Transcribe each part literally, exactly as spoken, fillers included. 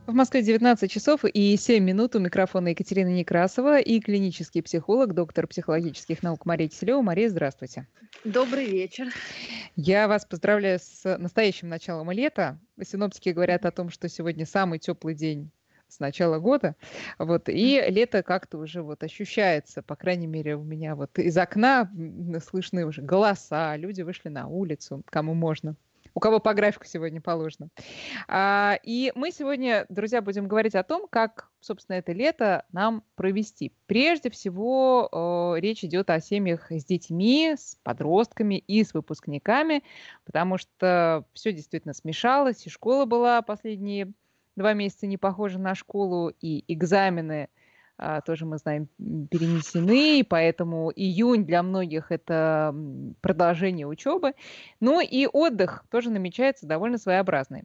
В Москве девятнадцать часов и семь минут. У микрофона Екатерина Некрасова и клинический психолог, доктор психологических наук Мария Киселева. Мария, здравствуйте. Добрый вечер. Я вас поздравляю с настоящим началом лета. Синоптики говорят о том, что сегодня самый теплый день с начала года. Вот, и лето как-то уже вот ощущается, по крайней мере, у меня вот из окна слышны уже голоса, люди вышли на улицу, кому можно. У кого по графику сегодня положено. А, и мы сегодня, друзья, будем говорить о том, как, собственно, это лето нам провести. Прежде всего, э, речь идет о семьях с детьми, с подростками и с выпускниками, потому что все действительно смешалось, и школа была последние два месяца не похожа на школу, и экзамены тоже, мы знаем, перенесены, поэтому июнь для многих это продолжение учебы. Ну и отдых тоже намечается довольно своеобразный.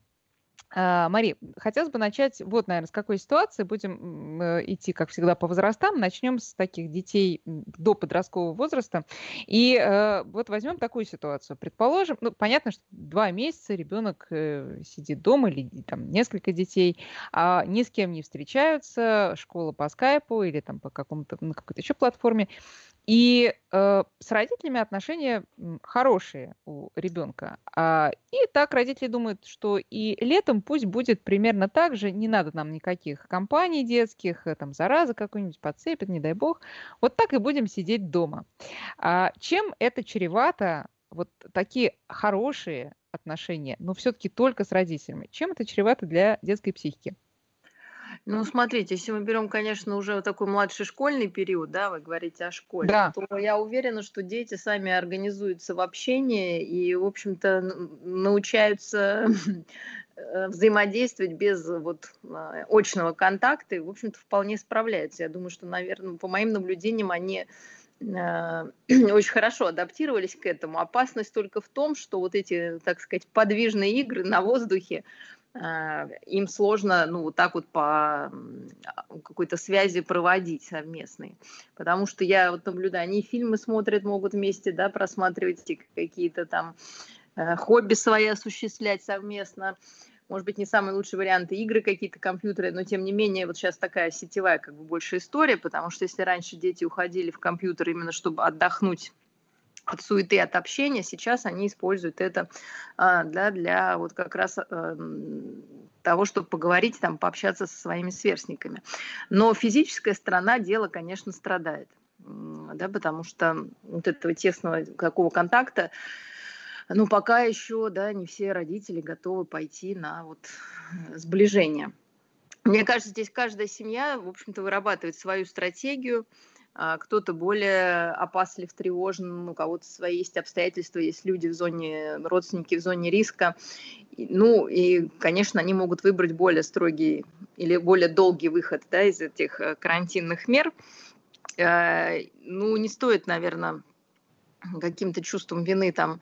Мари, хотелось бы начать, вот, наверное, с какой ситуации. Будем идти, как всегда, по возрастам. Начнем с таких детей до подросткового возраста. И э, вот возьмем такую ситуацию. Предположим, ну, понятно, что два месяца ребенок э, сидит дома, или там несколько детей, а ни с кем не встречаются, школа по скайпу или там по какому-то, на какой-то еще платформе. И э, с родителями отношения хорошие у ребенка. А, и так родители думают, что и летом пусть будет примерно так же, не надо нам никаких компаний детских, там зараза какой-нибудь подцепит, не дай бог. Вот так и будем сидеть дома. А чем это чревато, вот такие хорошие отношения, но все-таки только с родителями? Чем это чревато для детской психики? Ну, смотрите, если мы берем, конечно, уже вот такой младший школьный период, да, вы говорите о школе, Да. то я уверена, что дети сами организуются в общении и, в общем-то, научаются взаимодействовать без вот очного контакта и, в общем-то, вполне справляются. Я думаю, что, наверное, по моим наблюдениям, они очень хорошо адаптировались к этому. Опасность только в том, что вот эти, так сказать, подвижные игры на воздухе, им сложно, ну, вот так вот по какой-то связи проводить совместные. Потому что я вот наблюдаю, они фильмы смотрят, могут вместе, да, просматривать какие-то там хобби свои осуществлять совместно. Может быть, не самый лучший вариант игры какие-то компьютеры, но тем не менее вот сейчас такая сетевая как бы больше история, потому что если раньше дети уходили в компьютер именно чтобы отдохнуть от суеты, от общения, сейчас они используют это а, для, для вот как раз а, того, чтобы поговорить, там, пообщаться со своими сверстниками. Но физическая сторона дела, конечно, страдает, да, потому что вот этого тесного какого контакта, ну, пока еще, да, не все родители готовы пойти на вот сближение. Мне кажется, здесь каждая семья, в общем-то, вырабатывает свою стратегию. Кто-то более опаслив, тревожен, у кого-то свои есть обстоятельства, есть люди в зоне, родственники в зоне риска. Ну, и, конечно, они могут выбрать более строгий или более долгий выход, да, из этих карантинных мер. Ну, не стоит, наверное, каким-то чувством вины там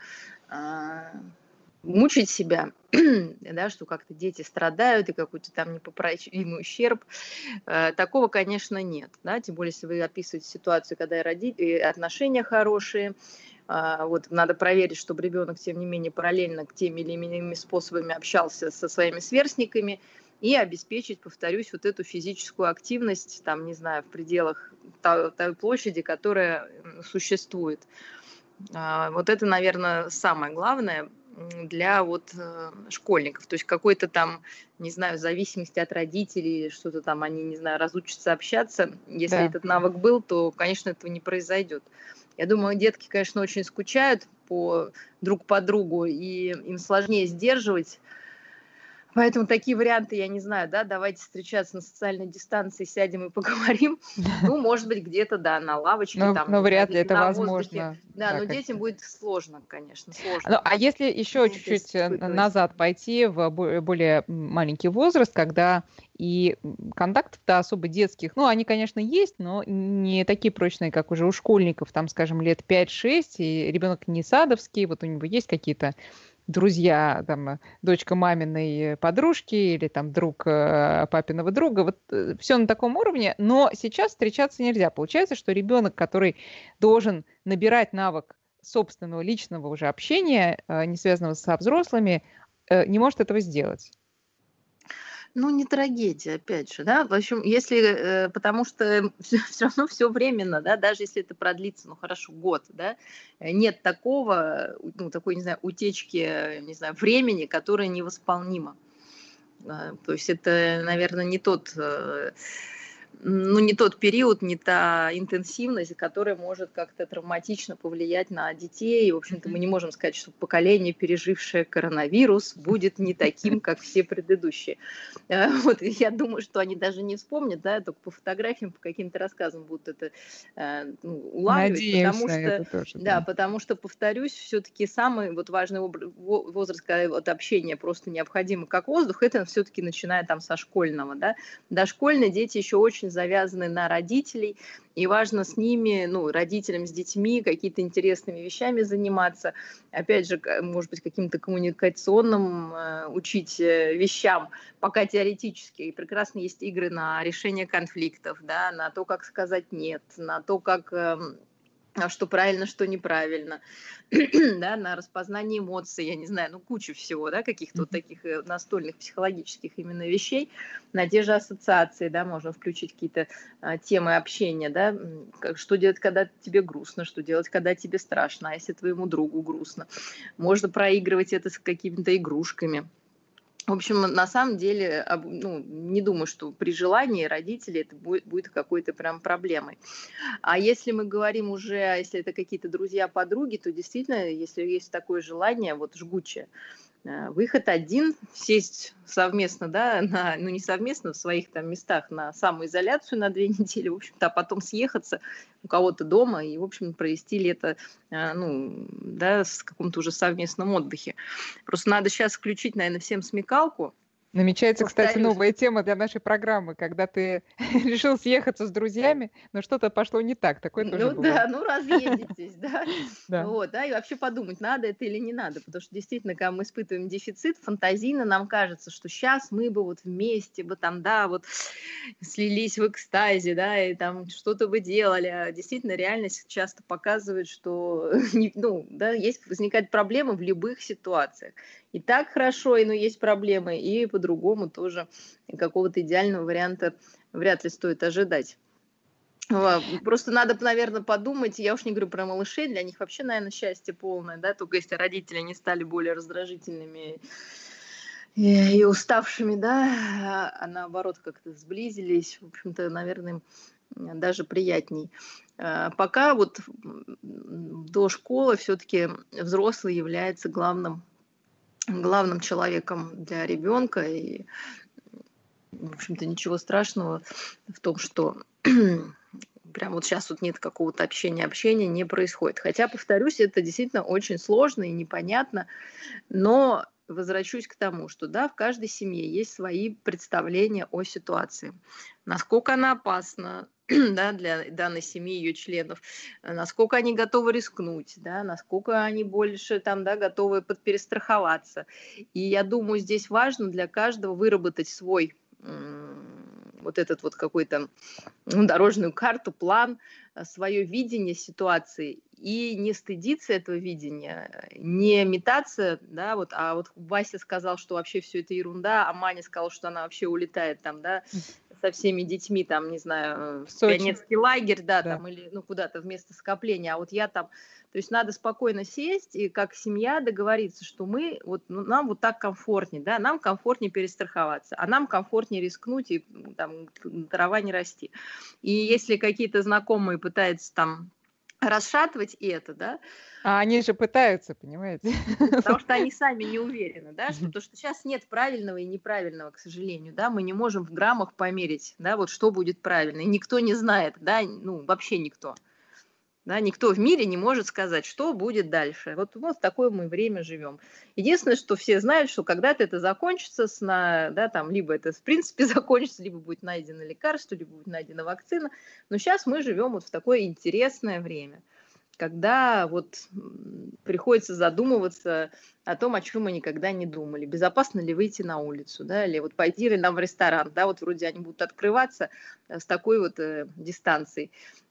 мучить себя, да, что как-то дети страдают и какой-то там непоправимый ущерб. Такого, конечно, нет. Да? Тем более, если вы описываете ситуацию, когда и родители, и отношения хорошие, вот, надо проверить, чтобы ребенок, тем не менее, параллельно к теми или иными способами общался со своими сверстниками и обеспечить, повторюсь, вот эту физическую активность, там, не знаю, в пределах той, той площади, которая существует. Вот это, наверное, самое главное для вот школьников. То есть какой-то там, не знаю, в зависимости от родителей, что-то там они, не знаю, разучатся общаться. Если да. этот навык был, то, конечно, этого не произойдет. Я думаю, детки, конечно, очень скучают по, друг по другу, и им сложнее сдерживать. Поэтому такие варианты, я не знаю, да, давайте встречаться на социальной дистанции, сядем и поговорим. Ну, может быть, где-то, да, на лавочке. Но, там, но вряд ли это возможно. Воздухе. Да, да, но детям будет сложно, конечно, сложно. Ну, а если еще ну, чуть-чуть назад пойти в более маленький возраст, когда и контактов-то особо детских, ну, они, конечно, есть, но не такие прочные, как уже у школьников, там, скажем, лет пять-шесть, и ребенок не садовский, вот у него есть какие-то друзья, там, дочка маминой подружки или там друг папиного друга, вот все на таком уровне, но сейчас встречаться нельзя. Получается, что ребенок, который должен набирать навык собственного личного уже общения, не связанного со взрослыми, не может этого сделать. Ну, не трагедия, опять же, да. В общем, если, э, потому что всё всё равно всё временно, да, даже если это продлится, ну, хорошо, год, да, э, нет такого, у ну, такой, не знаю, утечки, э, не знаю, времени, которая невосполнима. А, то есть это, наверно, не тот, э, ну, не тот период, не та интенсивность, которая может как-то травматично повлиять на детей. И, в общем-то, мы Мгм. не можем сказать, что поколение, пережившее коронавирус, будет не таким, как все предыдущие. Э, вот, и я думаю, что они даже не вспомнят, да, только по фотографиям, по каким-то рассказам будут это, э, ну, улавливать, Надеюсь потому на что, это тоже, да, да. потому что, повторюсь, всё-таки самый вот важный обр во возраст, когда вот общение просто необходимо как воздух, это всё-таки начиная там со школьного, да. Дошкольные дети еще очень завязаны на родителей, и важно с ними, ну, родителям с детьми какие-то интересными вещами заниматься. Опять же, ка может быть, каким-то коммуникационным, э, учить, э, вещам, пока теоретически. И прекрасно есть игры на решение конфликтов, да, на то, как сказать "нет", на то, как, эм, а, что правильно, что неправильно, да, на распознание эмоций, я не знаю, ну, куча всего, да, каких-то вот Мгм. таких, э, настольных психологических именно вещей. На те же ассоциации, да, можно включить какие-то, а, темы общения, да, м, как что делать, когда тебе грустно, что делать, когда тебе страшно, а если твоему другу грустно. Можно проигрывать это с какими-то игрушками. В общем, на самом деле, об ну, не думаю, что при желании родителей это будет будет какой-то прям проблемой. А если мы говорим уже, если это какие-то друзья, подруги, то действительно, если есть такое желание, вот жгучее, э, выход один- сесть совместно, да, на ну, не совместно, в своих там местах на самоизоляцию на две недели, в общем-то, а потом съехаться у кого-то дома и, в общем, провести лето, а, ну да, с каком-то уже совместном отдыхе. Просто надо щас включить, наверно, всем смекалку. Намечается, кстати, Повторюсь. новая тема для нашей программы, когда ты решил съехаться с друзьями, но что-то пошло не так. Такое тоже Ну бывает. да, ну, разъедетесь, да. Да. Вот, да, и вообще подумать, надо это или не надо. Потому что действительно, когда мы испытываем дефицит, фантазийно нам кажется, что щас мы бы вот вместе бы там, да, вот слились в экстазе, да, и там что-то бы делали. А действительно, реальность часто показывает, что не ну да, есть возникают проблемы в любых ситуациях. И так хорошо, и но есть проблемы, и по-другому тоже. И какого-то идеального варианта вряд ли стоит ожидать. Ва просто надо б, наверно, подумать. Я уж не говорю про малышей, для них вообще, наверно, счастье полное, да, только если родители не стали более раздражительными и и уставшими, да, а наоборот как-то сблизились. В общем-то, наверно, им даже приятней. А пока вот, м, до школы всё-таки взрослый является главным главным человеком для ребенка. И, в общем-то, ничего страшного в том, что прям вот щас вот нет какого-то общения, общения не происходит. Хотя, повторюсь, это действительно очень сложно и непонятно. Но возвращусь к тому, что, да, в каждой семье есть свои представления о ситуации. Насколько она опасна, да, для данной семьи, ее членов, насколько они готовы рискнуть, да, насколько они больше там, да, готовы подперестраховаться. И я думаю, здесь важно для каждого выработать свой, м, вот этот вот какой-то, ну, дорожную карту, план, а, свое видение ситуации. И не стыдиться этого видения, не метаться, да, вот. А вот Вася сказал, что вообще всё это ерунда, а Маня сказала, что она вообще улетает там, да, М. со всеми детьми, там, не знаю, В в Сочи. пионерский лагерь, да, Да. там, или, ну, куда-то в место скопления, а вот я там. То есть надо спокойно сесть и как семья договориться, что мы вот, ну, нам вот так комфортнее, да, нам комфортнее перестраховаться, а нам комфортнее рискнуть и, там, трава не расти. И если какие-то знакомые пытаются там расшатывать это, да А они же пытаются, понимаете? Ну, потому что они сами не уверены, да, что Мгм. потому что щас нет правильного и неправильного, к сожалению, да. Мы не можем в граммах померить, да, вот что будет правильно. И никто не знает, да, ну, вообще никто. Да, никто в мире не может сказать, что будет дальше. Вот вот в такое мы время живем. Единственное, что все знают, что когда-то это закончится с на да, там, либо это в принципе закончится, либо будет найдено лекарство, либо будет найдена вакцина. Но щас мы живем вот в такое интересное время, когда вот, м, приходится задумываться о том, о чём мы никогда не думали. Безопасно ли выйти на улицу, да, или вот пойти ли нам в ресторан, да, вот вроде они будут открываться, э, с такой вот, э, дистанцией.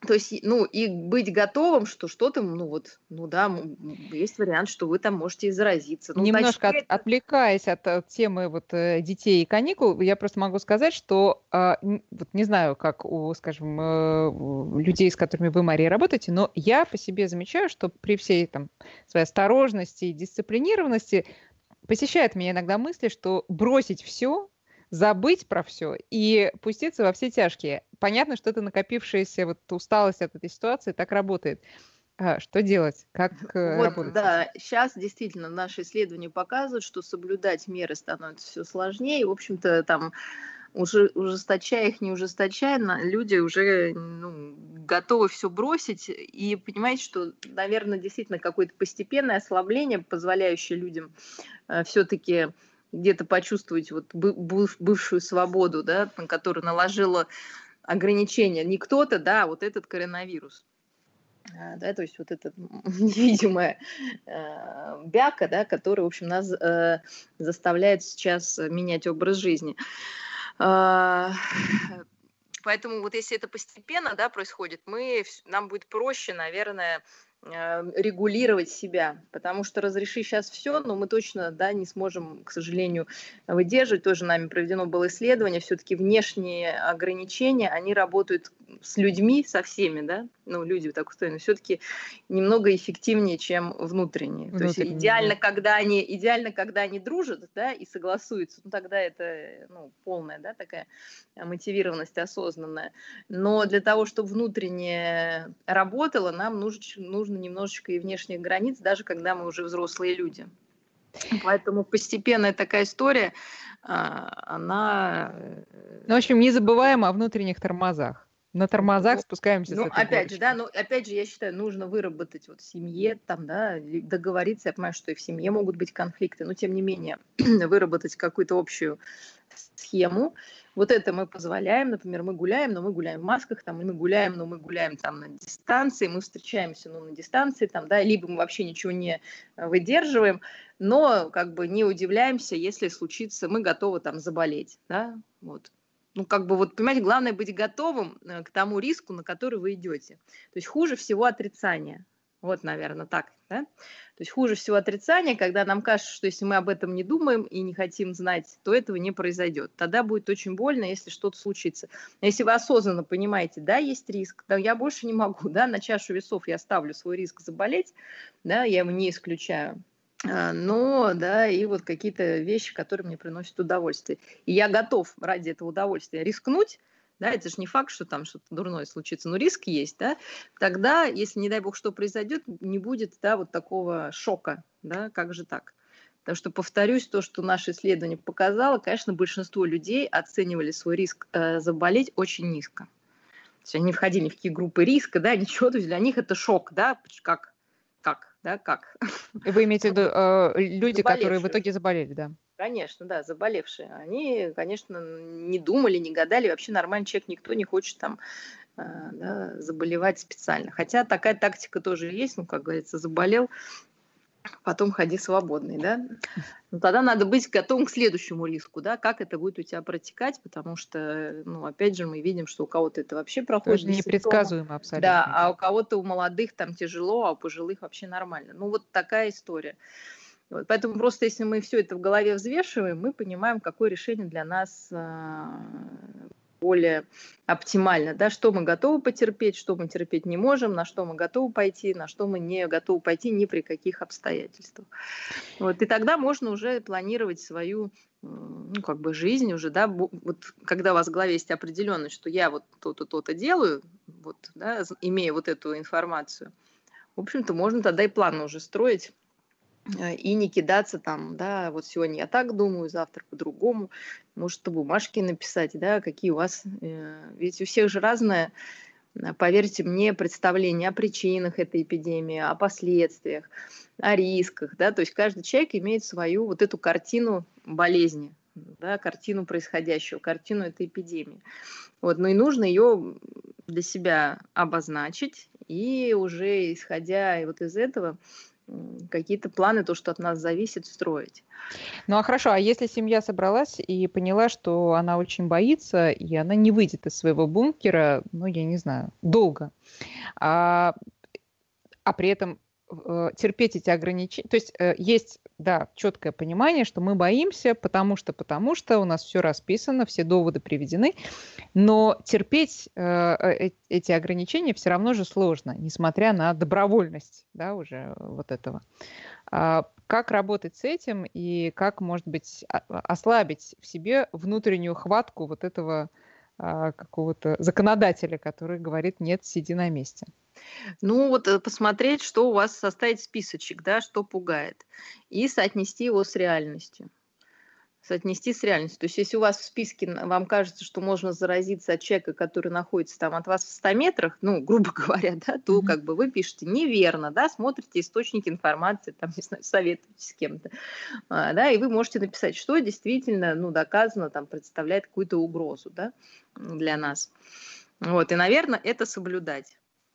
То есть, ну, и быть готовым, что что-то, ну вот, ну да, м, есть вариант, что вы там можете и заразиться. Ну, Немножко начни от это. отвлекаясь от, э, темы вот, э, детей и каникул, я просто могу сказать, что, а, н вот не знаю, как у, скажем, э, у людей, с которыми вы, Мария, работаете, но я по себе замечаю, что при всей там своей осторожности и дисциплинированности посещают меня иногда мысли, что бросить все, забыть про все и пуститься во все тяжкие. Понятно, что это накопившаяся вот усталость от этой ситуации так работает. А, что делать? Как, э, Вот, работать с этим? да, сейчас действительно наши исследования показывают, что соблюдать меры становится все сложнее. И, в общем-то, там уже ужесточая их, не ужесточая, на- люди уже ну, готовы все бросить. И понимаете, что, наверное, действительно какое-то постепенное ослабление, позволяющее людям все-таки где-то почувствовать вот бы- быв- бывшую свободу, да, на которую наложила ограничения не кто-то, да, а вот этот коронавирус. А, да, то есть вот эта невидимая э, бяка, да, которая, в общем, нас э, заставляет сейчас менять образ жизни. А, Поэтому вот если это постепенно, да, происходит, мы, вс- нам будет проще, наверное, э, регулировать себя, потому что разреши сейчас все, но мы точно, да, не сможем, к сожалению, выдерживать. Тоже нами проведено было исследование, все-таки внешние ограничения, они работают с людьми, со всеми, да, ну, люди так устроены, все-таки немного эффективнее, чем внутренние. То есть Внутренние, да. идеально, когда они, идеально, когда они дружат, да, и согласуются, ну, тогда это, ну, полная, да, такая мотивированность осознанная. Но для того, чтобы внутренне работало, нам нужно, нужно немножечко и внешних границ, даже когда мы уже взрослые люди. Поэтому постепенная такая история, а, она... Ну, в общем, не забываем о внутренних тормозах. На тормозах Ну, спускаемся с ну, этой опять же, да, горочки. ну, опять же, я считаю, нужно выработать вот в семье, там, да, и договориться, я понимаю, что и в семье могут быть конфликты, но тем не менее, выработать какую-то общую схему. Вот это мы позволяем, например, мы гуляем, но мы гуляем в масках, там, и мы гуляем, но мы гуляем там на дистанции, мы встречаемся, но на дистанции, там, да, либо мы вообще ничего не э, выдерживаем, но как бы не удивляемся, если случится, мы готовы там заболеть, да, вот. Ну, как бы, вот, понимаете, главное быть готовым э, к тому риску, на который вы идете. То есть хуже всего отрицание. Вот, наверное, так, да? То есть хуже всего отрицание, когда нам кажется, что если мы об этом не думаем и не хотим знать, то этого не произойдет. Тогда будет очень больно, если что-то случится. Но если вы осознанно понимаете, да, есть риск, да, я больше не могу, да, на чашу весов я ставлю свой риск заболеть, да, я его не исключаю. А, Но, да, и вот какие-то вещи, которые мне приносят удовольствие. И я готов ради этого удовольствия рискнуть, да, это же не факт, что там что-то дурное случится, но риск есть, да, тогда, если, не дай бог, что произойдет, не будет, да, вот такого шока, да, как же так. Потому что, повторюсь, то, что наше исследование показало, конечно, большинство людей оценивали свой риск э, заболеть очень низко. То есть они входили в какие группы риска, да, ничего, то есть для них это шок, да, как, как, да, как. И вы имеете в виду, Вот. э, люди, которые в Заболевшие уже. итоге заболели, да? Конечно, да, заболевшие. Они, конечно, не думали, не гадали. Вообще нормальный человек, никто не хочет там а, да, заболевать специально. Хотя такая тактика тоже есть, ну, как говорится, заболел, потом ходи свободный, да. Но тогда надо быть готовым к следующему риску, да, как это будет у тебя протекать, потому что, ну, опять же, мы видим, что у кого-то это вообще проходит Тоже без симптомов, непредсказуемо да, абсолютно, а да. у кого-то, у молодых там тяжело, а у пожилых вообще нормально. Ну, вот такая история. Вот, поэтому просто если мы все это в голове взвешиваем, мы понимаем, какое решение для нас а, более оптимально, да, что мы готовы потерпеть, что мы терпеть не можем, на что мы готовы пойти, на что мы не готовы пойти ни при каких обстоятельствах. Вот, и тогда можно уже планировать свою м, ну, как бы жизнь уже, да, бу- вот когда у вас в голове есть определенность, что я вот то-то, то-то делаю, вот, да, з- имея вот эту информацию, в общем-то, можно тогда и планы уже строить, э, и не кидаться там, да, вот сегодня я так думаю, завтра по-другому, может, на бумажке написать, да, какие у вас, э, ведь у всех же разное, э, поверьте мне, представление о причинах этой эпидемии, о последствиях, о рисках, да, то есть каждый человек имеет свою вот эту картину болезни, да, картину происходящего, картину этой эпидемии. Вот, но и нужно ее для себя обозначить, и уже исходя вот из этого какие-то планы, то, что от нас зависит, строить. Ну а хорошо, а если семья собралась и поняла, что она очень боится, и она не выйдет из своего бункера, ну, я не знаю, долго, а, а при этом э, терпеть эти ограничения, то есть э, есть, да, четкое понимание, что мы боимся, потому что, потому что у нас все расписано, все доводы приведены, но терпеть э, э, эти ограничения все равно же сложно, несмотря на добровольность, да, уже вот этого. А как работать с этим и как, может быть, о- ослабить в себе внутреннюю хватку вот этого а, какого-то законодателя, который говорит: нет, сиди на месте. Ну, вот э, посмотреть, что у вас, составить списочек, да, что пугает, и соотнести его с реальностью. Соотнести с реальностью. То есть, если у вас в списке н- вам кажется, что можно заразиться от человека, который находится там от вас в ста метрах, ну, грубо говоря, да, то Мгм. как бы вы пишете неверно, да, смотрите источники информации, там, не знаю, советуетесь с кем-то, а, да, и вы можете написать, что действительно, ну, доказано, там, представляет какую-то угрозу, да, для нас. Вот, и, наверное, это соблюдать.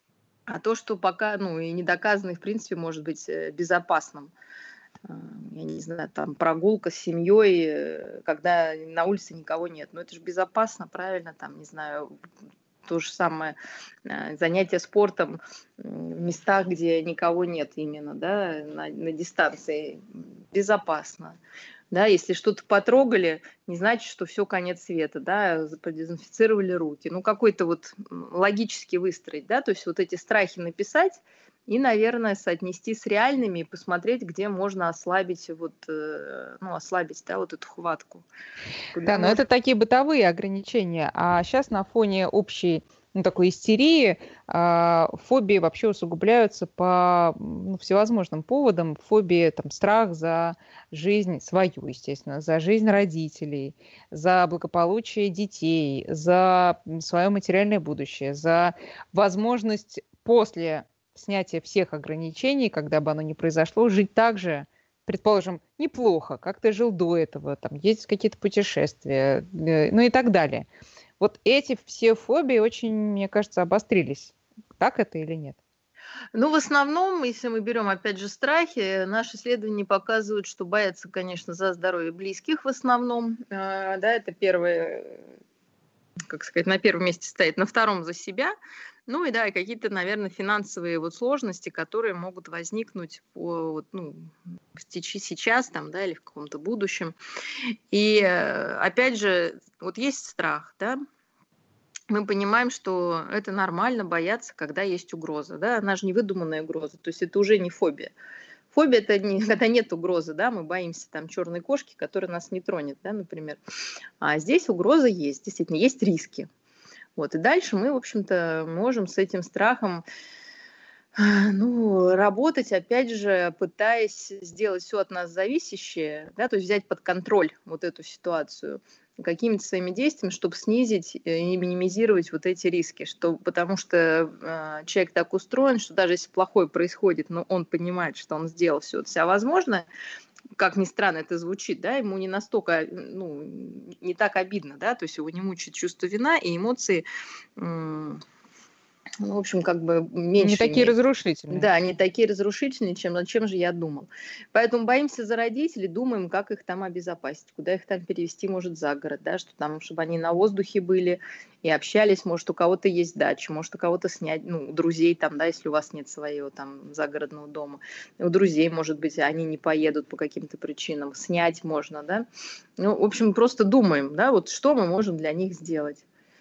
А то, что пока, ну, и не доказано, и в принципе может быть э, безопасным. А, Я не знаю, там прогулка с семьей, э, когда на улице никого нет. Но это же безопасно, правильно, там, не знаю, то же самое э, занятие спортом м, в местах, где никого нет именно, да, на, на дистанции. Безопасно. Да, если что-то потрогали, не значит, что все, конец света, да, продезинфицировали руки. Ну, какой-то вот м, логически выстроить, да, то есть вот эти страхи написать и, наверное, соотнести с реальными и посмотреть, где можно ослабить вот, э, ну, ослабить, да, вот эту хватку. Куда Да, но можно. это такие бытовые ограничения. А сейчас на фоне общей, ну, такой истерии а, фобии вообще усугубляются по ну, всевозможным поводам. Фобии, там, страх за жизнь свою, естественно, за жизнь родителей, за благополучие детей, за свое материальное будущее, за возможность после снятия всех ограничений, когда бы оно ни произошло, жить так же, предположим, неплохо, как ты жил до этого, там, ездить в какие-то путешествия, э, ну и так далее. Вот эти все фобии очень, мне кажется, обострились. Так это или нет? Ну, в основном, если мы берем, опять же, страхи, наши исследования показывают, что боятся, конечно, за здоровье близких в основном. А, Да, это первое, как сказать, на первом месте стоит, на втором за себя. Ну и да, и какие-то, наверное, финансовые вот сложности, которые могут возникнуть по, вот, ну, в теч- сейчас там, да, или в каком-то будущем. И э, опять же, вот есть страх, да, мы понимаем, что это нормально бояться, когда есть угроза, да, она же не выдуманная угроза, то есть это уже не фобия. Фобия это не, когда нет угрозы, да, мы боимся там черной кошки, которая нас не тронет, да, например. А здесь угроза есть, действительно, есть риски. Вот, и дальше мы, в общем-то, можем с этим страхом, а, ну, работать, опять же, пытаясь сделать все от нас зависящее, да, то есть взять под контроль вот эту ситуацию какими-то своими действиями, чтобы снизить э, и минимизировать вот эти риски, что, потому что э, человек так устроен, что даже если плохое происходит, но он понимает, что он сделал все от себя возможное, как ни странно это звучит, да, ему не настолько, ну, не так обидно, да, то есть его не мучает чувство вина и эмоции, м, ну, в общем, как бы Не меньше такие имеют. разрушительные. Да, они такие разрушительные, чем над чем же я думал. Поэтому боимся за родителей, думаем, как их там обезопасить, куда их там перевести, может, за город, да, что там, чтобы они на воздухе были и общались, может, у кого-то есть дача, может, у кого-то снять, ну, у друзей там, да, если у вас нет своего там загородного дома, у друзей, может быть, они не поедут по каким-то причинам, снять можно, да. Ну, в общем, просто думаем, да, вот что мы можем для них сделать.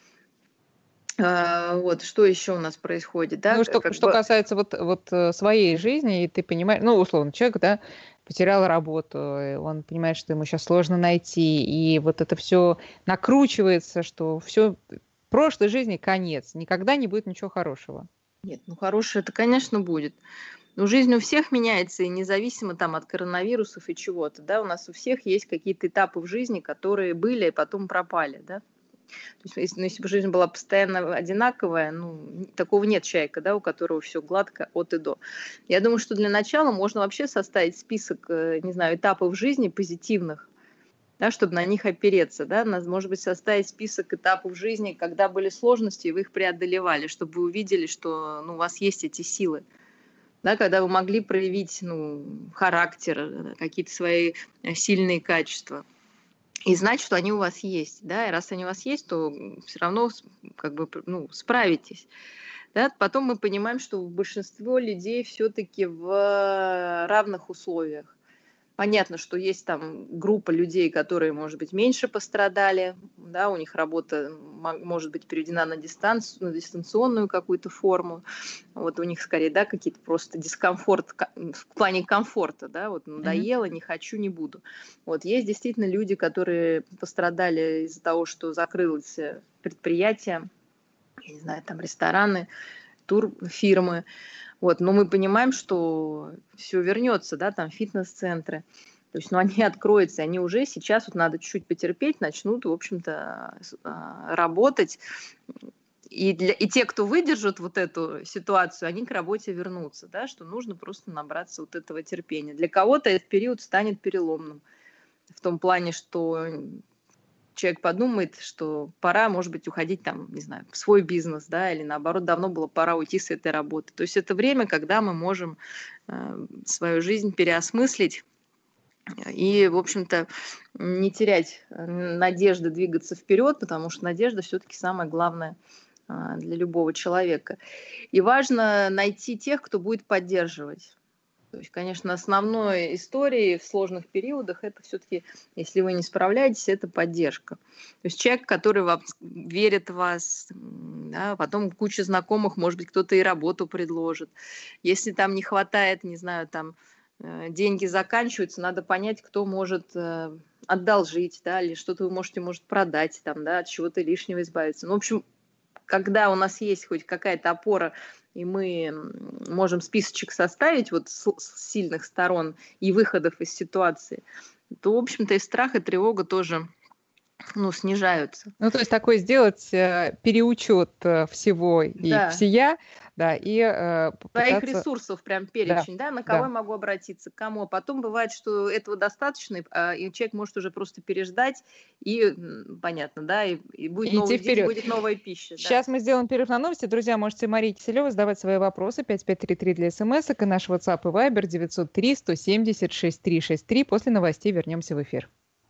А, вот, что еще у нас происходит, да, Ну, к- что, как что бы. касается вот, вот э, своей жизни, и ты понимаешь, ну, условно, человек, да, потерял работу, и он понимает, что ему сейчас сложно найти, и вот это все накручивается, что все, прошлой жизни конец, никогда не будет ничего хорошего. Нет, ну хорошее это, конечно, будет. Но жизнь у всех меняется, и независимо там от коронавирусов и чего-то, да, у нас у всех есть какие-то этапы в жизни, которые были и потом пропали, да. То есть, если, ну, если бы жизнь была постоянно одинаковая, ну, такого нет человека, да, у которого все гладко от и до. Я думаю, что для начала можно вообще составить список, э, не знаю, этапов жизни позитивных, да, чтобы на них опереться, да, нас, может быть, составить список этапов жизни, когда были сложности, и вы их преодолевали, чтобы вы увидели, что, ну, у вас есть эти силы. да, когда вы могли проявить, ну, характер, какие-то свои сильные качества. И знать, что они у вас есть, да, и раз они у вас есть, то все равно как бы, ну, справитесь. Да. Потом мы понимаем, что большинство людей все-таки в равных условиях. Понятно, что есть там группа людей, которые, может быть, меньше пострадали, да, у них работа может быть переведена на дистанцию, на дистанционную какую-то форму, вот у них скорее, да, какие-то просто дискомфорт в плане комфорта, да, вот надоело, не хочу, не буду. Вот есть действительно люди, которые пострадали из-за того, что закрылось предприятие, я не знаю, там рестораны, турфирмы. Вот, но мы понимаем, что все вернется, да, там фитнес-центры. То есть, ну, они откроются, они уже сейчас, вот надо чуть-чуть потерпеть, начнут, в общем-то, работать. И, для, и те, кто выдержат вот эту ситуацию, они к работе вернутся, да, что нужно просто набраться вот этого терпения. Для кого-то этот период станет переломным. В том плане, что человек подумает, что пора, может быть, уходить там, не знаю, в свой бизнес, да, или наоборот, давно было пора уйти с этой работы. То есть это время, когда мы можем э, свою жизнь переосмыслить и, в общем-то, не терять надежды двигаться вперед, потому что надежда все-таки самое главное э, для любого человека. И важно найти тех, кто будет поддерживать. То есть, конечно, основной историей в сложных периодах это все-таки, если вы не справляетесь, это поддержка. То есть человек, который вам верит в вас, да, потом куча знакомых, может быть, кто-то и работу предложит. Если там не хватает, не знаю, там деньги заканчиваются, надо понять, кто может одолжить, да, или что-то вы можете, может, продать, там, да, от чего-то лишнего избавиться. Ну, в общем, когда у нас есть хоть какая-то опора, и мы можем списочек составить вот с сильных сторон и выходов из ситуации, то, в общем-то, и страх, и тревога тоже, ну, снижаются. Ну, то есть такой сделать э, переучет э, всего и Да. всея, да, и э, попытаться... Своих ресурсов прям перечень, да, да, на кого да. я могу обратиться, к кому. А потом бывает, что этого достаточно, и человек может уже просто переждать, и понятно, да, и, и будет и новый идти день, вперед. будет новая пища. Сейчас да. мы сделаем перерыв на новости. Друзья, можете Марии Киселевой задавать свои вопросы. пять пять три три для смс-ок и наш WhatsApp и Viber девятьсот три сто семьдесят шесть триста шестьдесят три. После новостей вернемся в эфир.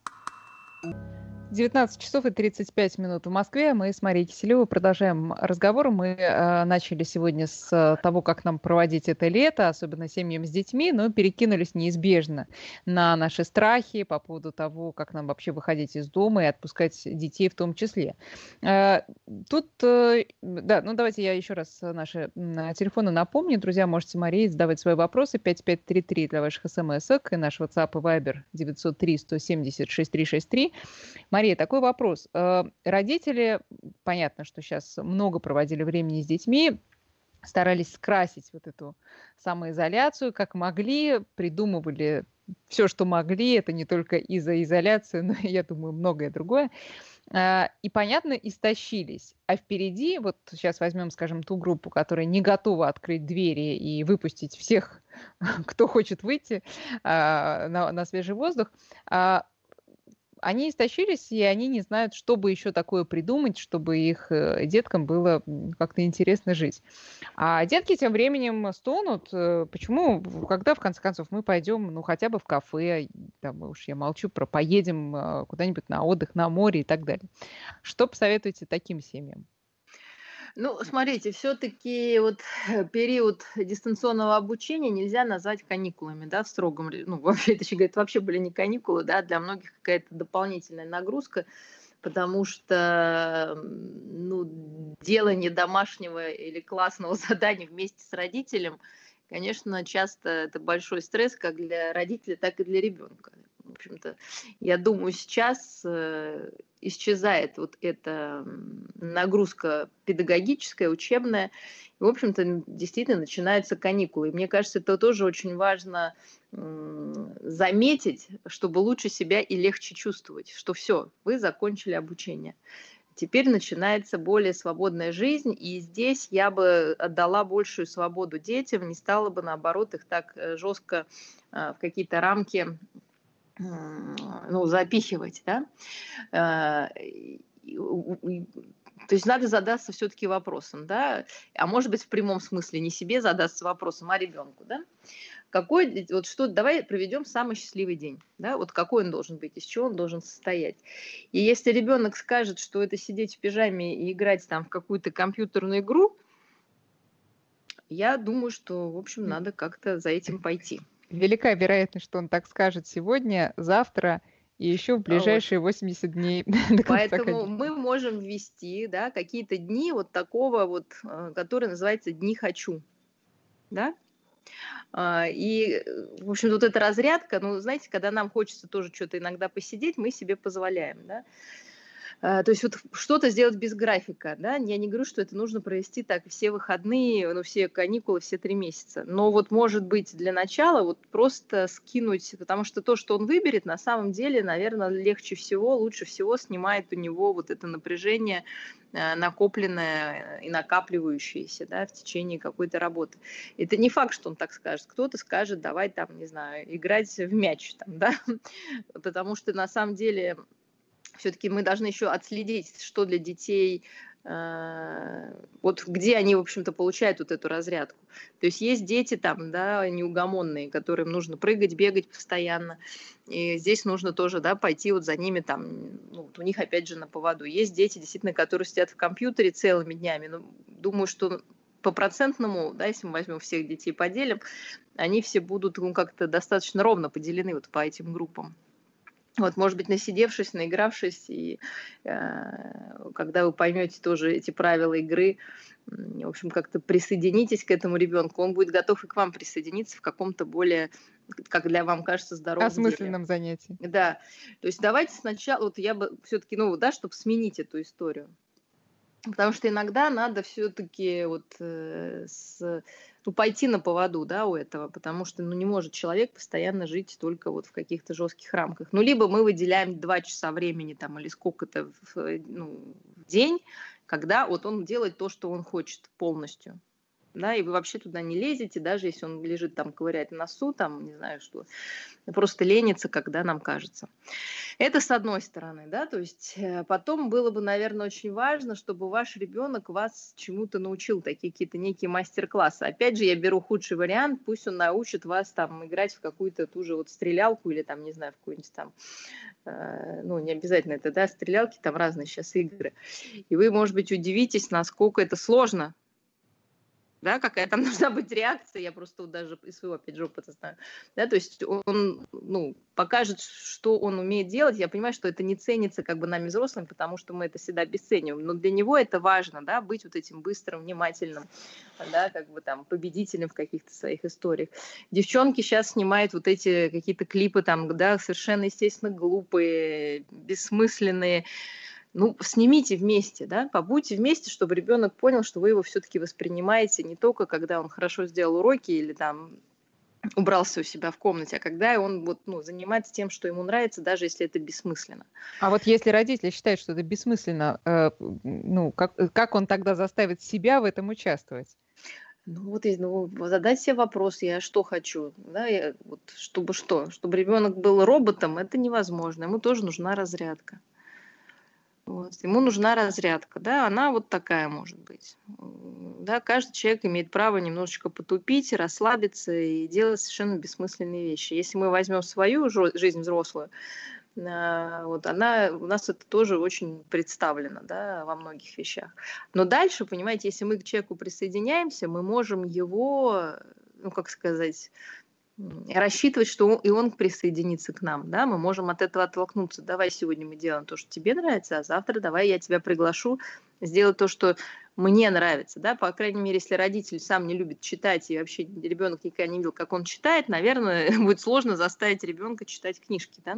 девятнадцать часов и тридцать пять минут в Москве. Мы с Марией Киселевой продолжаем разговор. Мы э, начали сегодня с того, как нам проводить это лето, особенно семьям с детьми, но перекинулись неизбежно на наши страхи по поводу того, как нам вообще выходить из дома и отпускать детей в том числе. Э, тут, э, да, ну давайте я еще раз наши телефоны напомню. Друзья, можете Марии задавать свои вопросы. пять пять три три для ваших смс-ок и наш WhatsApp и Viber девятьсот три сто семьдесят шесть триста шестьдесят три. Мария, такой вопрос. Родители, понятно, что сейчас много проводили времени с детьми, старались скрасить вот эту самоизоляцию, как могли, придумывали все, что могли. Это не только из-за изоляции, но, я думаю, многое другое. И, понятно, истощились. А впереди, вот сейчас возьмем, скажем, ту группу, которая не готова открыть двери и выпустить всех, кто хочет выйти на, на свежий воздух. Они истощились, и они не знают, что бы еще такое придумать, чтобы их деткам было как-то интересно жить. А детки тем временем стонут. Почему? Когда, в конце концов, мы пойдем, ну, хотя бы в кафе, там уж я молчу про поедем куда-нибудь на отдых, на море и так далее. Что посоветуете таким семьям? Ну, смотрите, все-таки вот период дистанционного обучения нельзя назвать каникулами, да, в строгом, ну, вообще, это еще, говорит, вообще были не каникулы, да, для многих какая-то дополнительная нагрузка, потому что, ну, делание домашнего или классного задания вместе с родителем, конечно, часто это большой стресс как для родителя, так и для ребенка. В общем-то, я думаю, сейчас э, исчезает вот эта нагрузка педагогическая, учебная. И, в общем-то, действительно начинаются каникулы. И мне кажется, это тоже очень важно э, заметить, чтобы лучше себя и легче чувствовать, что все, вы закончили обучение. Теперь начинается более свободная жизнь, и здесь я бы отдала большую свободу детям, не стала бы, наоборот, их так жестко э, в какие-то рамки ну, запихивать, да. То есть надо задаться все-таки вопросом, да, а может быть в прямом смысле не себе задаться вопросом, а ребенку, да. Какой, вот что, давай проведем самый счастливый день, да, вот какой он должен быть, из чего он должен состоять. И если ребенок скажет, что это сидеть в пижаме и играть там в какую-то компьютерную игру, я думаю, что, в общем, надо как-то за этим пойти. Велика вероятность, что он так скажет сегодня, завтра и еще в ближайшие восемьдесят дней до конца Поэтому каникул. мы можем ввести, да, какие-то дни вот такого вот, которые называются «дни хочу», да. И, в общем, вот эта разрядка, ну, знаете, когда нам хочется тоже что-то иногда посидеть, мы себе позволяем, да. То есть вот что-то сделать без графика, да, я не говорю, что это нужно провести так все выходные, ну, все каникулы, все три месяца, но вот, может быть, для начала вот просто скинуть, потому что то, что он выберет, на самом деле, наверное, легче всего, лучше всего снимает у него вот это напряжение, накопленное и накапливающееся, да, в течение какой-то работы. Это не факт, что он так скажет. Кто-то скажет, давай там, не знаю, играть в мяч, там, да, потому что на самом деле все-таки мы должны еще отследить, что для детей, э, вот где они, в общем-то, получают вот эту разрядку. То есть есть дети там, да, неугомонные, которым нужно прыгать, бегать постоянно. И здесь нужно тоже, да, пойти вот за ними там, ну, вот у них опять же на поводу. Есть дети, действительно, которые сидят в компьютере целыми днями. Ну, думаю, что по процентному, да, если мы возьмем всех детей поделим, они все будут, ну, как-то достаточно ровно поделены вот по этим группам. Вот, может быть, насидевшись, наигравшись, и э, когда вы поймете тоже эти правила игры, в общем, как-то присоединитесь к этому ребенку, он будет готов и к вам присоединиться в каком-то более, как для вам кажется, здоровом осмысленном деле. занятии. Да, то есть давайте сначала, вот я бы все-таки, ну, да, чтобы сменить эту историю. Потому что иногда надо все-таки вот э, с, ну, пойти на поводу, да, у этого, потому что, ну, не может человек постоянно жить только вот в каких-то жестких рамках. Ну, либо мы выделяем два часа времени там или сколько-то в, ну, в день, когда вот он делает то, что он хочет полностью. Да, и вы вообще туда не лезете, даже если он лежит там, ковыряет носу, там, не знаю что, просто ленится, когда нам кажется. Это с одной стороны, да, то есть потом было бы, наверное, очень важно, чтобы ваш ребенок вас чему-то научил, такие какие-то некие мастер-классы. Опять же, я беру худший вариант, пусть он научит вас там играть в какую-то ту же вот стрелялку или там, не знаю, в какую-нибудь там, э, ну, не обязательно это, да, стрелялки, там разные сейчас игры. И вы, может быть, удивитесь, насколько это сложно. Да, какая там должна быть реакция, я просто вот даже из своего, опять же, опыта знаю. Да, то есть он, ну, покажет, что он умеет делать. Я понимаю, что это не ценится как бы нами взрослыми, потому что мы это всегда обесцениваем. Но для него это важно, да, быть вот этим быстрым, внимательным, да, как бы там победителем в каких-то своих историях. Девчонки сейчас снимают вот эти какие-то клипы там, да, совершенно, естественно, глупые, бессмысленные. Ну, снимите вместе, да, побудьте вместе, чтобы ребенок понял, что вы его все-таки воспринимаете не только, когда он хорошо сделал уроки или там убрался у себя в комнате, а когда он вот, ну, занимается тем, что ему нравится, даже если это бессмысленно. А вот если родители считают, что это бессмысленно, э, ну, как, как он тогда заставит себя в этом участвовать? Ну вот, ну, задать себе вопрос, я что хочу, да, я, вот, чтобы что, чтобы ребенок был роботом, это невозможно, ему тоже нужна разрядка. Вот. Ему нужна разрядка, да, она вот такая может быть. Да, каждый человек имеет право немножечко потупить, расслабиться и делать совершенно бессмысленные вещи. Если мы возьмем свою жизнь взрослую, вот она, у нас это тоже очень представлено, да, во многих вещах. Но дальше, понимаете, если мы к человеку присоединяемся, мы можем его, ну, как сказать, рассчитывать, что он, и он присоединится к нам, да, мы можем от этого оттолкнуться. Давай сегодня мы делаем то, что тебе нравится, а завтра давай я тебя приглашу сделать то, что мне нравится, да, по крайней мере, если родитель сам не любит читать и вообще ребенок никогда не видел, как он читает, наверное, будет сложно заставить ребенка читать книжки, да.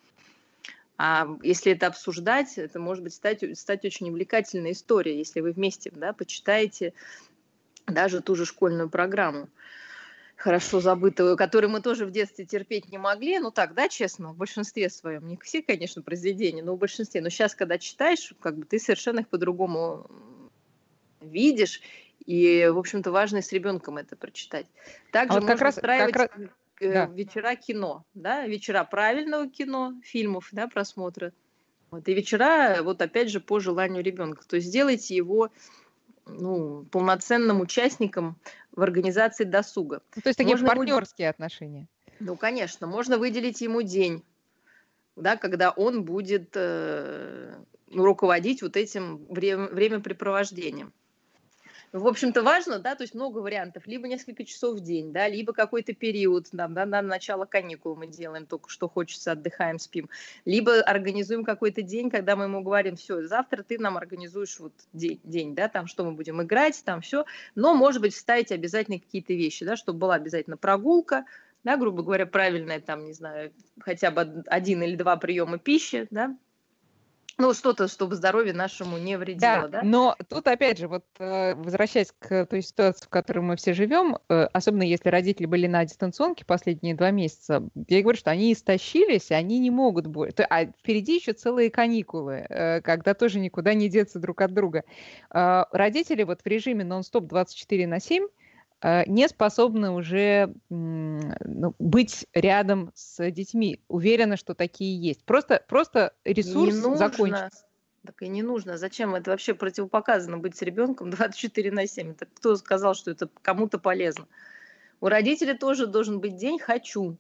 А если это обсуждать, это может быть стать, стать очень увлекательной историей, если вы вместе, да, почитаете даже ту же школьную программу, хорошо забытую, которую мы тоже в детстве терпеть не могли, ну так, да, честно, в большинстве своем, не все, конечно, произведения, но в большинстве, но сейчас, когда читаешь, как бы ты совершенно их по-другому видишь, и, в общем-то, важно и с ребенком это прочитать. Также а вот можно как раз, устраивать как раз... Да. вечера кино, да, вечера правильного кино, фильмов, да, просмотра. Вот, и вечера, вот опять же, по желанию ребенка. То есть сделайте его ну, полноценным участником в организации досуга. Ну, то есть такие Можно ему, партнерские отношения. ну, конечно, можно выделить ему день, да, когда он будет э, руководить вот этим время, времяпрепровождением. В общем-то, важно, да, то есть много вариантов. Либо несколько часов в день, да, либо какой-то период, там, да, на начало каникул мы делаем только что хочется, отдыхаем, спим. Либо организуем какой-то день, когда мы ему говорим, все, завтра ты нам организуешь вот день, день, да, там, что мы будем играть, там, все. Но, может быть, вставить обязательно какие-то вещи, да, чтобы была обязательно прогулка, да, грубо говоря, правильная, там, не знаю, хотя бы один или два приема пищи, да, ну, что-то, чтобы здоровью нашему не вредило, Да, да? но тут опять же, вот э, возвращаясь к той ситуации, в которой мы все живем, э, особенно если родители были на дистанционке последние два месяца, я говорю, что они истощились, и они не могут больше. А впереди еще целые каникулы, э, когда тоже никуда не деться друг от друга. Э, родители вот в режиме нон-стоп двадцать четыре на семь э, не способны уже м, ну, быть рядом с детьми. Уверена, что такие есть. Просто, просто ресурс Не нужно, закончен. так и не нужно. Зачем? Это вообще противопоказано быть с ребенком двадцать четыре на семь. Это кто сказал, что это кому-то полезно? У родителей тоже должен быть день «хочу».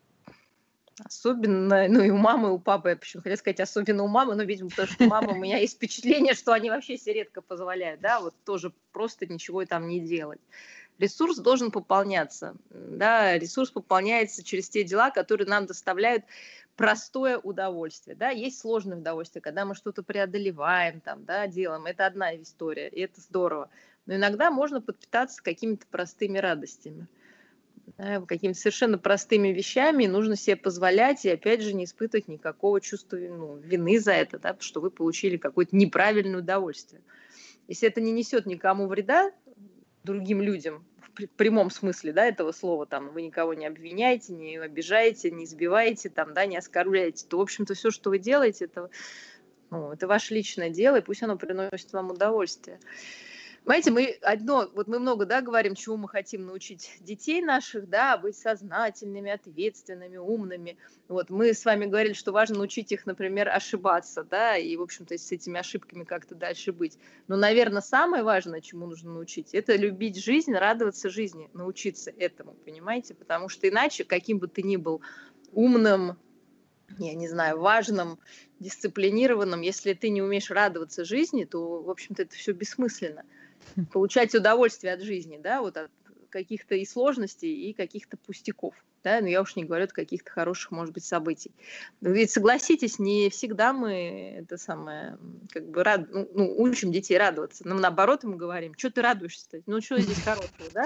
Особенно, ну и у мамы, и у папы, я почему хотела сказать, особенно у мамы, но, видимо, потому что мама, у меня есть впечатление, что они вообще себе редко позволяют, да, вот тоже просто ничего там не делать. Ресурс должен пополняться, да, ресурс пополняется через те дела, которые нам доставляют простое удовольствие, да, есть сложное удовольствие, когда мы что-то преодолеваем, там, да, делаем, это одна история, и это здорово, но иногда можно подпитаться какими-то простыми радостями, да, какими-то совершенно простыми вещами, и нужно себе позволять, и опять же не испытывать никакого чувства ну, вины за это, да, что вы получили какое-то неправильное удовольствие. Если это не несет никому вреда, другим людям, в прямом смысле, да, этого слова, там, вы никого не обвиняете, не обижаете, не избиваете, там, да, не оскорбляете, то, в общем-то, все, что вы делаете, это, ну, это ваше личное дело, и пусть оно приносит вам удовольствие. Понимаете, мы одно, вот мы много, да, говорим, чего мы хотим научить детей наших, да, быть сознательными, ответственными, умными. Вот мы с вами говорили, что важно научить их, например, ошибаться, да, и, в общем-то, с этими ошибками как-то дальше быть. Но, наверное, самое важное, чему нужно научить, это любить жизнь, радоваться жизни, научиться этому, понимаете? Потому что иначе, каким бы ты ни был умным, я не знаю, важным, дисциплинированным, если ты не умеешь радоваться жизни, то, в общем-то, это все бессмысленно. Получать удовольствие от жизни, да, вот от каких-то и сложностей, и каких-то пустяков, да, но я уж не говорю от каких-то хороших, может быть, событий. Ведь согласитесь, не всегда мы это самое, как бы, рад, ну, учим детей радоваться, нам наоборот им говорим, что ты радуешься-то, ну, что здесь хорошего, да?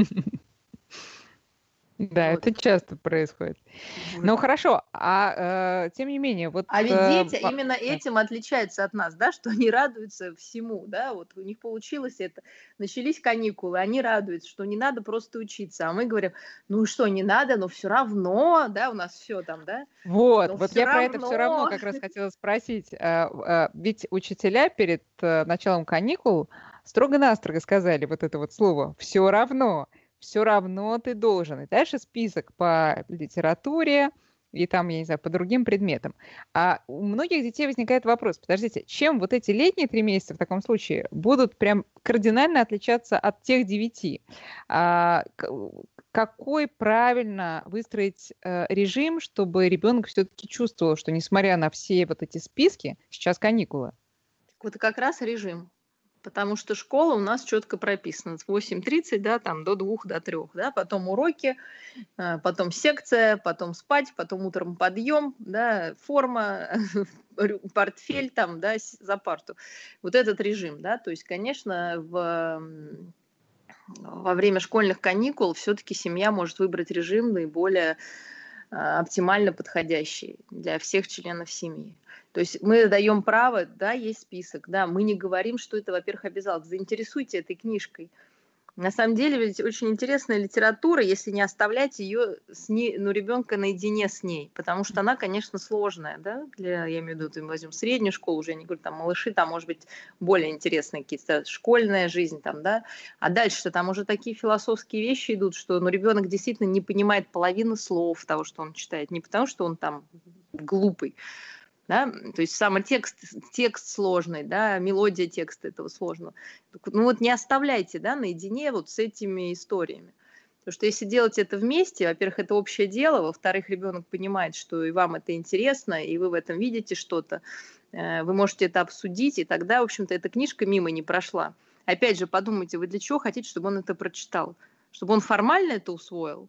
Да, вот. Это часто происходит. Вот. Ну хорошо, а э, тем не менее, вот. А ведь дети э, именно этим отличаются от нас, да, что они радуются всему, да, вот у них получилось это, начались каникулы, они радуются, что не надо просто учиться, а мы говорим, ну что, не надо, но все равно, да, у нас все там, да. Вот, но вот я равно... про это все равно как раз хотела спросить, ведь учителя перед началом каникул строго-настрого сказали вот это вот слово «все равно». Все равно ты должен. И дальше список по литературе и там, я не знаю, по другим предметам. А у многих детей возникает вопрос, подождите, чем вот эти летние три месяца в таком случае будут прям кардинально отличаться от тех девяти? А, какой правильно выстроить э, режим, чтобы ребенок все-таки чувствовал, что несмотря на все вот эти списки, сейчас каникулы? Вот как раз режим. Потому что школа у нас четко прописана с восемь тридцать, да, там до двух, до трех, да, потом уроки, потом секция, потом спать, потом утром подъем, да, форма, портфель там, да, за парту. Вот этот режим, да, то есть, конечно, в, во время школьных каникул все-таки семья может выбрать режим наиболее оптимально подходящий для всех членов семьи. То есть мы даем право, да, есть список, да, мы не говорим, что это, во-первых, обязаловка. Заинтересуйте этой книжкой. На самом деле, ведь очень интересная литература, если не оставлять ее, с ней, ну, ребенка наедине с ней, потому что она, конечно, сложная, да, для, я имею в виду, мы возьмем среднюю школу, уже я не говорю, там, малыши, там, может быть, более интересные какие-то, школьная жизнь, там, да, а дальше-то там уже такие философские вещи идут, что, ну, ребенок действительно не понимает половины слов того, что он читает, не потому, что он там глупый, Да? То есть самый текст, текст сложный, да, мелодия текста этого сложного. Ну вот не оставляйте, да, наедине вот с этими историями. Потому что если делать это вместе, во-первых, это общее дело, во-вторых, ребенок понимает, что и вам это интересно, и вы в этом видите что-то, вы можете это обсудить, и тогда, в общем-то, эта книжка мимо не прошла. Опять же, подумайте, вы для чего хотите, чтобы он это прочитал? Чтобы он формально это усвоил?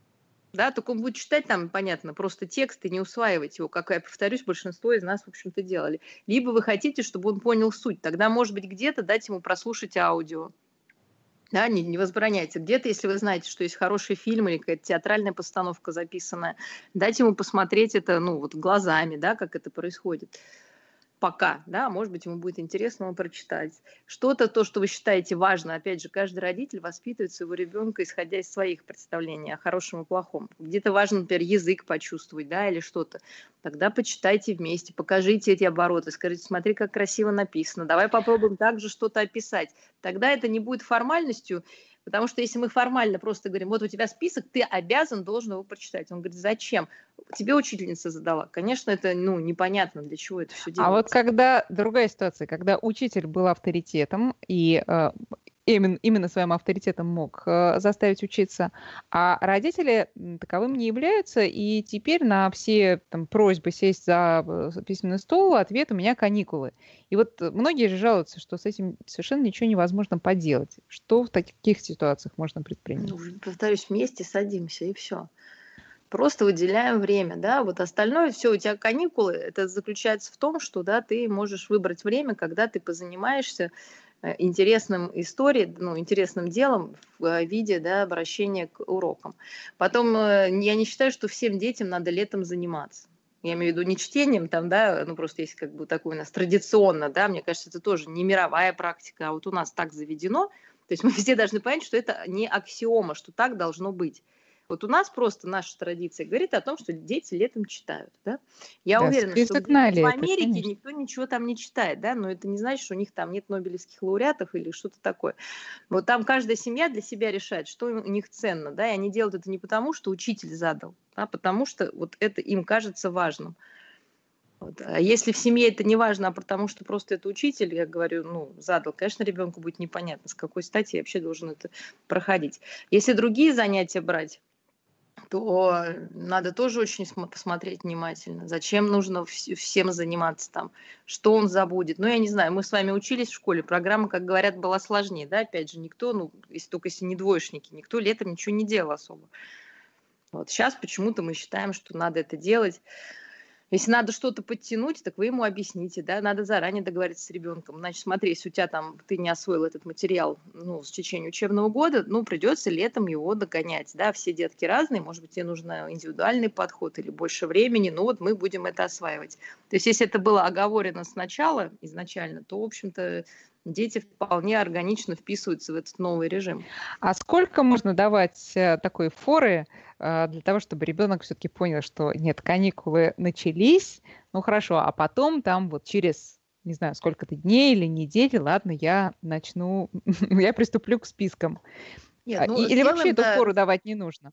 Да, только он будет читать там, понятно, просто текст и не усваивать его, как я повторюсь, большинство из нас, в общем-то, делали. Либо вы хотите, чтобы он понял суть, тогда, может быть, где-то дать ему прослушать аудио. Да, не, не возбраняйте. Где-то, если вы знаете, что есть хороший фильм или какая-то театральная постановка записанная, дать ему посмотреть это, ну, вот глазами, да, как это происходит. Пока, да, может быть, ему будет интересно его прочитать. Что-то, то, что вы считаете важно, опять же, каждый родитель воспитывает своего ребенка, исходя из своих представлений о хорошем и плохом. Где-то важно, например, язык почувствовать, да, или что-то. Тогда почитайте вместе, покажите эти обороты, скажите, смотри, как красиво написано, давай попробуем также что-то описать. Тогда это не будет формальностью, потому что если мы формально просто говорим, вот у тебя список, ты обязан, должен его прочитать. Он говорит, зачем? Тебе учительница задала. Конечно, это, ну, непонятно, для чего это все А вот делается. когда другая ситуация, когда учитель был авторитетом и э, именно, именно своим авторитетом мог э, заставить учиться, а родители таковым не являются, и теперь на все там, просьбы сесть за э, письменный стол ответ у меня каникулы. И вот многие же жалуются, что с этим совершенно ничего невозможно поделать. Что в таких ситуациях можно предпринять? Ну, повторюсь, вместе садимся, и все. Просто выделяем время, да, вот остальное, все, у тебя каникулы, это заключается в том, что, да, ты можешь выбрать время, когда ты позанимаешься интересным историей, ну, интересным делом в виде, да, обращения к урокам. Потом, я не считаю, что всем детям надо летом заниматься. Я имею в виду не чтением, там, да, ну, просто есть как бы такое у нас традиционно, да, мне кажется, это тоже не мировая практика, а вот у нас так заведено, то есть мы все должны понять, что это не аксиома, что так должно быть. Вот у нас просто наша традиция говорит о том, что дети летом читают. Да? Я Да, уверена, что список где-нибудь в на лето, Америке конечно. никто ничего там не читает, да? Но это не значит, что у них там нет нобелевских лауреатов или что-то такое. Вот там каждая семья для себя решает, что у них ценно, да? И они делают это не потому, что учитель задал, а потому что вот это им кажется важным. Вот. А если в семье это не важно, а потому что просто это учитель, я говорю, ну, задал, конечно, ребенку будет непонятно, с какой стати я вообще должен это проходить. Если другие занятия брать, то надо тоже очень посмотреть внимательно. Зачем нужно всем заниматься там, что он забудет. Ну, я не знаю, мы с вами учились в школе, программа, как говорят, была сложнее, да, опять же, никто, ну, если только если не двоечники, никто летом ничего не делал особо. Вот сейчас почему-то мы считаем, что надо это делать. Если надо что-то подтянуть, так вы ему объясните, да, надо заранее договориться с ребенком. Значит, смотри, если у тебя там, ты не освоил этот материал, ну, в течение учебного года, ну, придется летом его догонять, да, все детки разные, может быть, тебе нужен индивидуальный подход или больше времени, ну, вот мы будем это осваивать. То есть, если это было оговорено сначала, изначально, то, в общем-то, дети вполне органично вписываются в этот новый режим. А сколько можно давать такой форы для того, чтобы ребенок все-таки понял, что нет, каникулы начались, ну хорошо, а потом там вот через, не знаю, сколько-то дней или недель, ладно, я начну, я приступлю к спискам. Нет, ну, Или сделаем, вообще эту да. фору давать не нужно?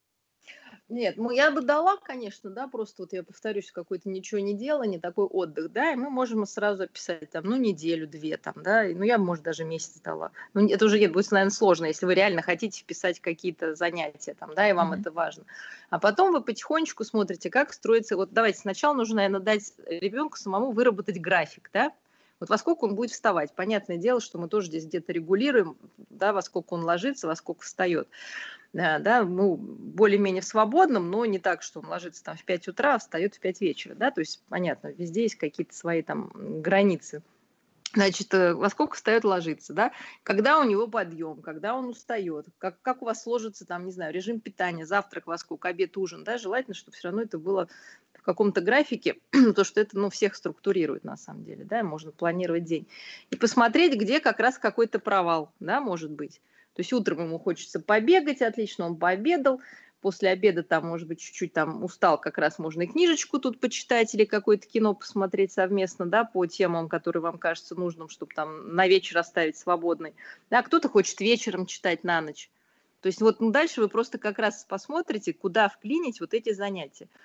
Нет, ну я бы дала, конечно, да, просто вот я повторюсь, какой-то ничего не делание, такой отдых, да, и мы можем сразу описать там, ну, неделю-две там, да, и, ну, я, может, даже месяц дала. Ну, это уже нет, будет, наверное, сложно, если вы реально хотите вписать какие-то занятия там, да, и вам mm-hmm. это важно. А потом вы потихонечку смотрите, как строится, вот давайте сначала нужно, наверное, дать ребенку самому выработать график, да, вот во сколько он будет вставать. Понятное дело, что мы тоже здесь где-то регулируем, да, во сколько он ложится, во сколько встает. Да, да, ну, более-менее в свободном, но не так, что он ложится там в пять утра, а встает в пять вечера, да, то есть, понятно, везде есть какие-то свои там границы. Значит, во сколько встает, ложится, да, когда у него подъем, когда он устает, как, как у вас сложится там, не знаю, режим питания, завтрак во сколько, обед, ужин, да, желательно, чтобы все равно это было в каком-то графике, то, что это, ну, всех структурирует на самом деле, да, можно планировать день. И посмотреть, где как раз какой-то провал, да, может быть. То есть утром ему хочется побегать, отлично, он пообедал, после обеда там, может быть, чуть-чуть там устал, как раз можно и книжечку тут почитать или какое-то кино посмотреть совместно, да, по темам, которые вам кажется нужным, чтобы там на вечер оставить свободный. Да, кто-то хочет вечером читать на ночь. То есть вот ну, дальше вы просто как раз посмотрите, куда вклинить вот эти занятия.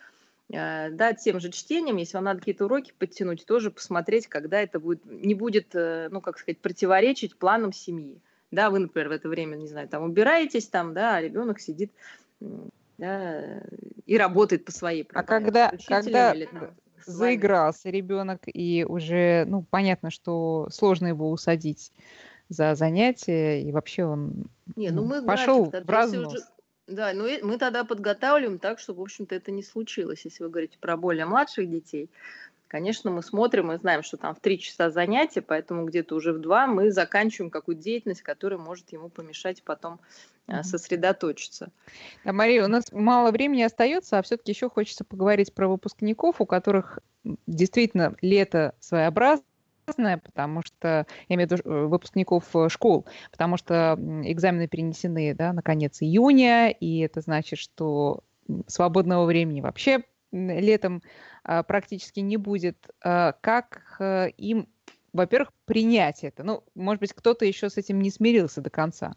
э, да, тем же чтением, если вам надо какие-то уроки подтянуть, тоже посмотреть, когда это будет, не будет, э, ну, как сказать, противоречить планам семьи. Да, вы, например, в это время, не знаю, там убираетесь, там, да, а ребенок сидит, м, да, и работает по своей А программе когда, с учителем когда или там с вами. заигрался ребенок и уже, ну, понятно, что сложно его усадить за занятия, и вообще он, Не, ну ну, мы график пошел в тогда, если уже... разнос. Да, ну и мы тогда подготавливаем так, чтобы, в общем-то, это не случилось. Если вы говорите про более младших детей, конечно, мы смотрим и знаем, что там в три часа занятия, поэтому где-то уже в два мы заканчиваем какую-то деятельность, которая может ему помешать потом э, Мгм. сосредоточиться. Да, Мария, у нас мало времени остается, а все-таки еще хочется поговорить про выпускников, у которых м, действительно лето своеобразное, потому что, я имею в виду э, выпускников э, школ, потому что м, экзамены перенесены, да, на конец июня, и это значит, что м, свободного времени вообще м, летом а, практически не будет. А, Как э, им, во-первых, принять это? Ну, может быть, кто-то еще с этим не смирился до конца.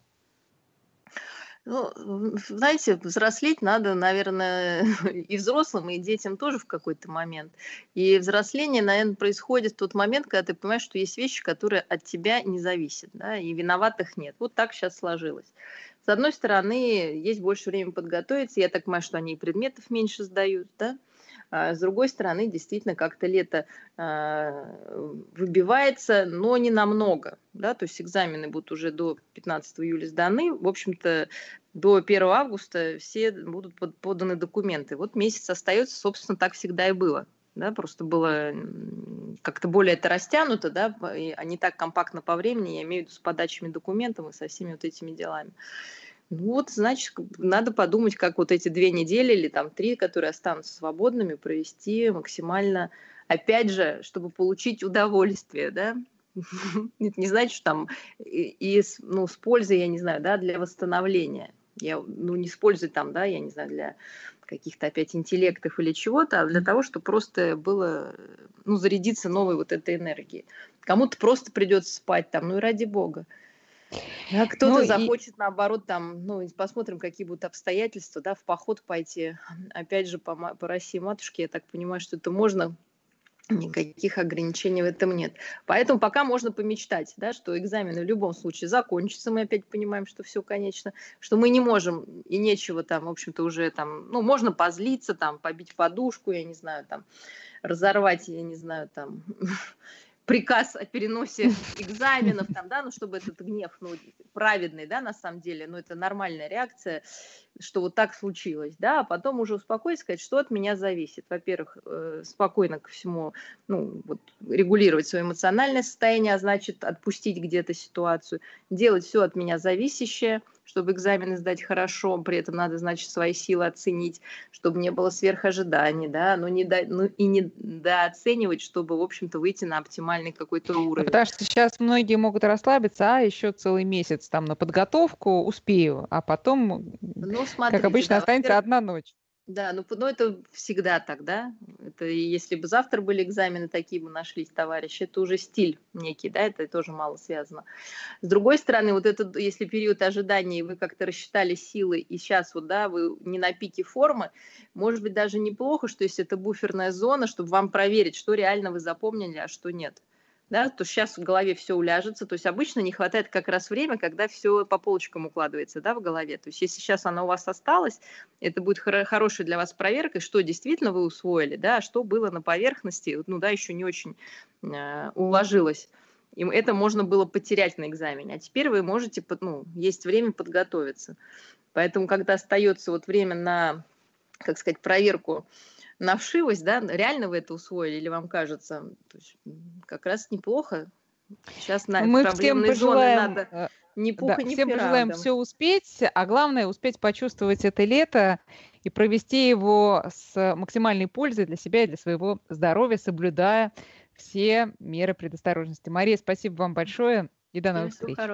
Ну, м, знаете, взрослеть надо, наверное, и взрослым, и детям тоже в какой-то момент. И взросление, наверное, происходит в тот момент, когда ты понимаешь, что есть вещи, которые от тебя не зависят, да, и виноватых нет. Вот так сейчас сложилось. С одной стороны, есть больше времени подготовиться. Я так понимаю, что они и предметов меньше сдают, да. А с другой стороны, действительно, как-то лето а, выбивается, но не намного. Да? То есть экзамены будут уже до пятнадцатого июля сданы. В общем-то, до первого августа все будут под- поданы документы. Вот месяц остается, собственно, так всегда и было. Да, просто было м, как-то более это растянуто, да, и- а не так компактно по времени, я имею в виду с подачами документов и со всеми вот этими делами. Ну вот, значит, как бы надо подумать, как вот эти две недели или там три, которые останутся свободными, провести максимально, опять же, чтобы получить удовольствие, да. Это не значит, что там и и с ну, с пользой, я не знаю, да, для восстановления. Я, ну, не с пользой там, да, я не знаю, для каких-то опять интеллектов или чего-то, а для того, чтобы просто было, э, ну, зарядиться новой вот этой энергией. Кому-то просто придется спать там, ну и ради бога. Да, Ну кто-то и захочет, наоборот, там, ну, посмотрим, какие будут обстоятельства, да, в поход пойти. Опять же, по, ма- по России матушке, я так понимаю, что это можно, никаких ограничений в этом нет. Поэтому пока можно помечтать, да, что экзамены в любом случае закончатся, мы опять понимаем, что все конечно, что мы не можем и нечего там, в общем-то, уже там, ну, можно позлиться, там, побить подушку, я не знаю, там, разорвать, я не знаю, там, приказ о переносе экзаменов, там, да, ну, чтобы этот гнев, ну, праведный, да, на самом деле, ну, это нормальная реакция, что вот так случилось, да, а потом уже успокоиться, сказать, что от меня зависит. Во-первых, э, спокойно ко всему, ну, вот, регулировать свое эмоциональное состояние, а значит, отпустить где-то ситуацию, делать все от меня зависящее, чтобы экзамены сдать хорошо, при этом надо, значит, свои силы оценить, чтобы не было сверхожиданий, да, но не до, ну, и не дооценивать, чтобы, в общем-то, выйти на оптимальный какой-то ну, уровень. потому что сейчас многие могут расслабиться, а еще целый месяц там на подготовку успею, а потом, м, Ну, как смотрите, обычно, да, останется во-первых, одна ночь. да, ну, п- ну это всегда так, да. Это и если бы завтра были экзамены, такие бы нашлись товарищи, это уже стиль некий, да, это тоже мало связано. С другой стороны, вот этот, если период ожидания, и вы как-то рассчитали силы, и сейчас вот, да, вы не на пике формы, может быть, даже неплохо, что если это буферная зона, чтобы вам проверить, что реально вы запомнили, а что нет. Да, то сейчас в голове все уляжется. То есть обычно не хватает как раз время, когда все по полочкам укладывается, да, в голове. То есть если сейчас оно у вас осталось, это будет хоро- хорошей для вас проверкой, что действительно вы усвоили, да, а что было на поверхности, ну да, еще не очень э, уложилось. Им это можно было потерять на экзамене, а теперь вы можете, под- ну, есть время подготовиться. Поэтому, когда остается вот время на, как сказать, проверку на вшивость, да, реально вы это усвоили или вам кажется, то есть, м, как раз неплохо. Сейчас Ну, на мы всем проблемные зоны пожелаем, надо э, ни да, пуха, ни всем пера. пожелаем Да. все успеть, а главное успеть почувствовать это лето и провести его с максимальной пользой для себя и для своего здоровья, соблюдая все меры предосторожности. Мария, спасибо вам большое и до Всем новых всего встреч. хорошего.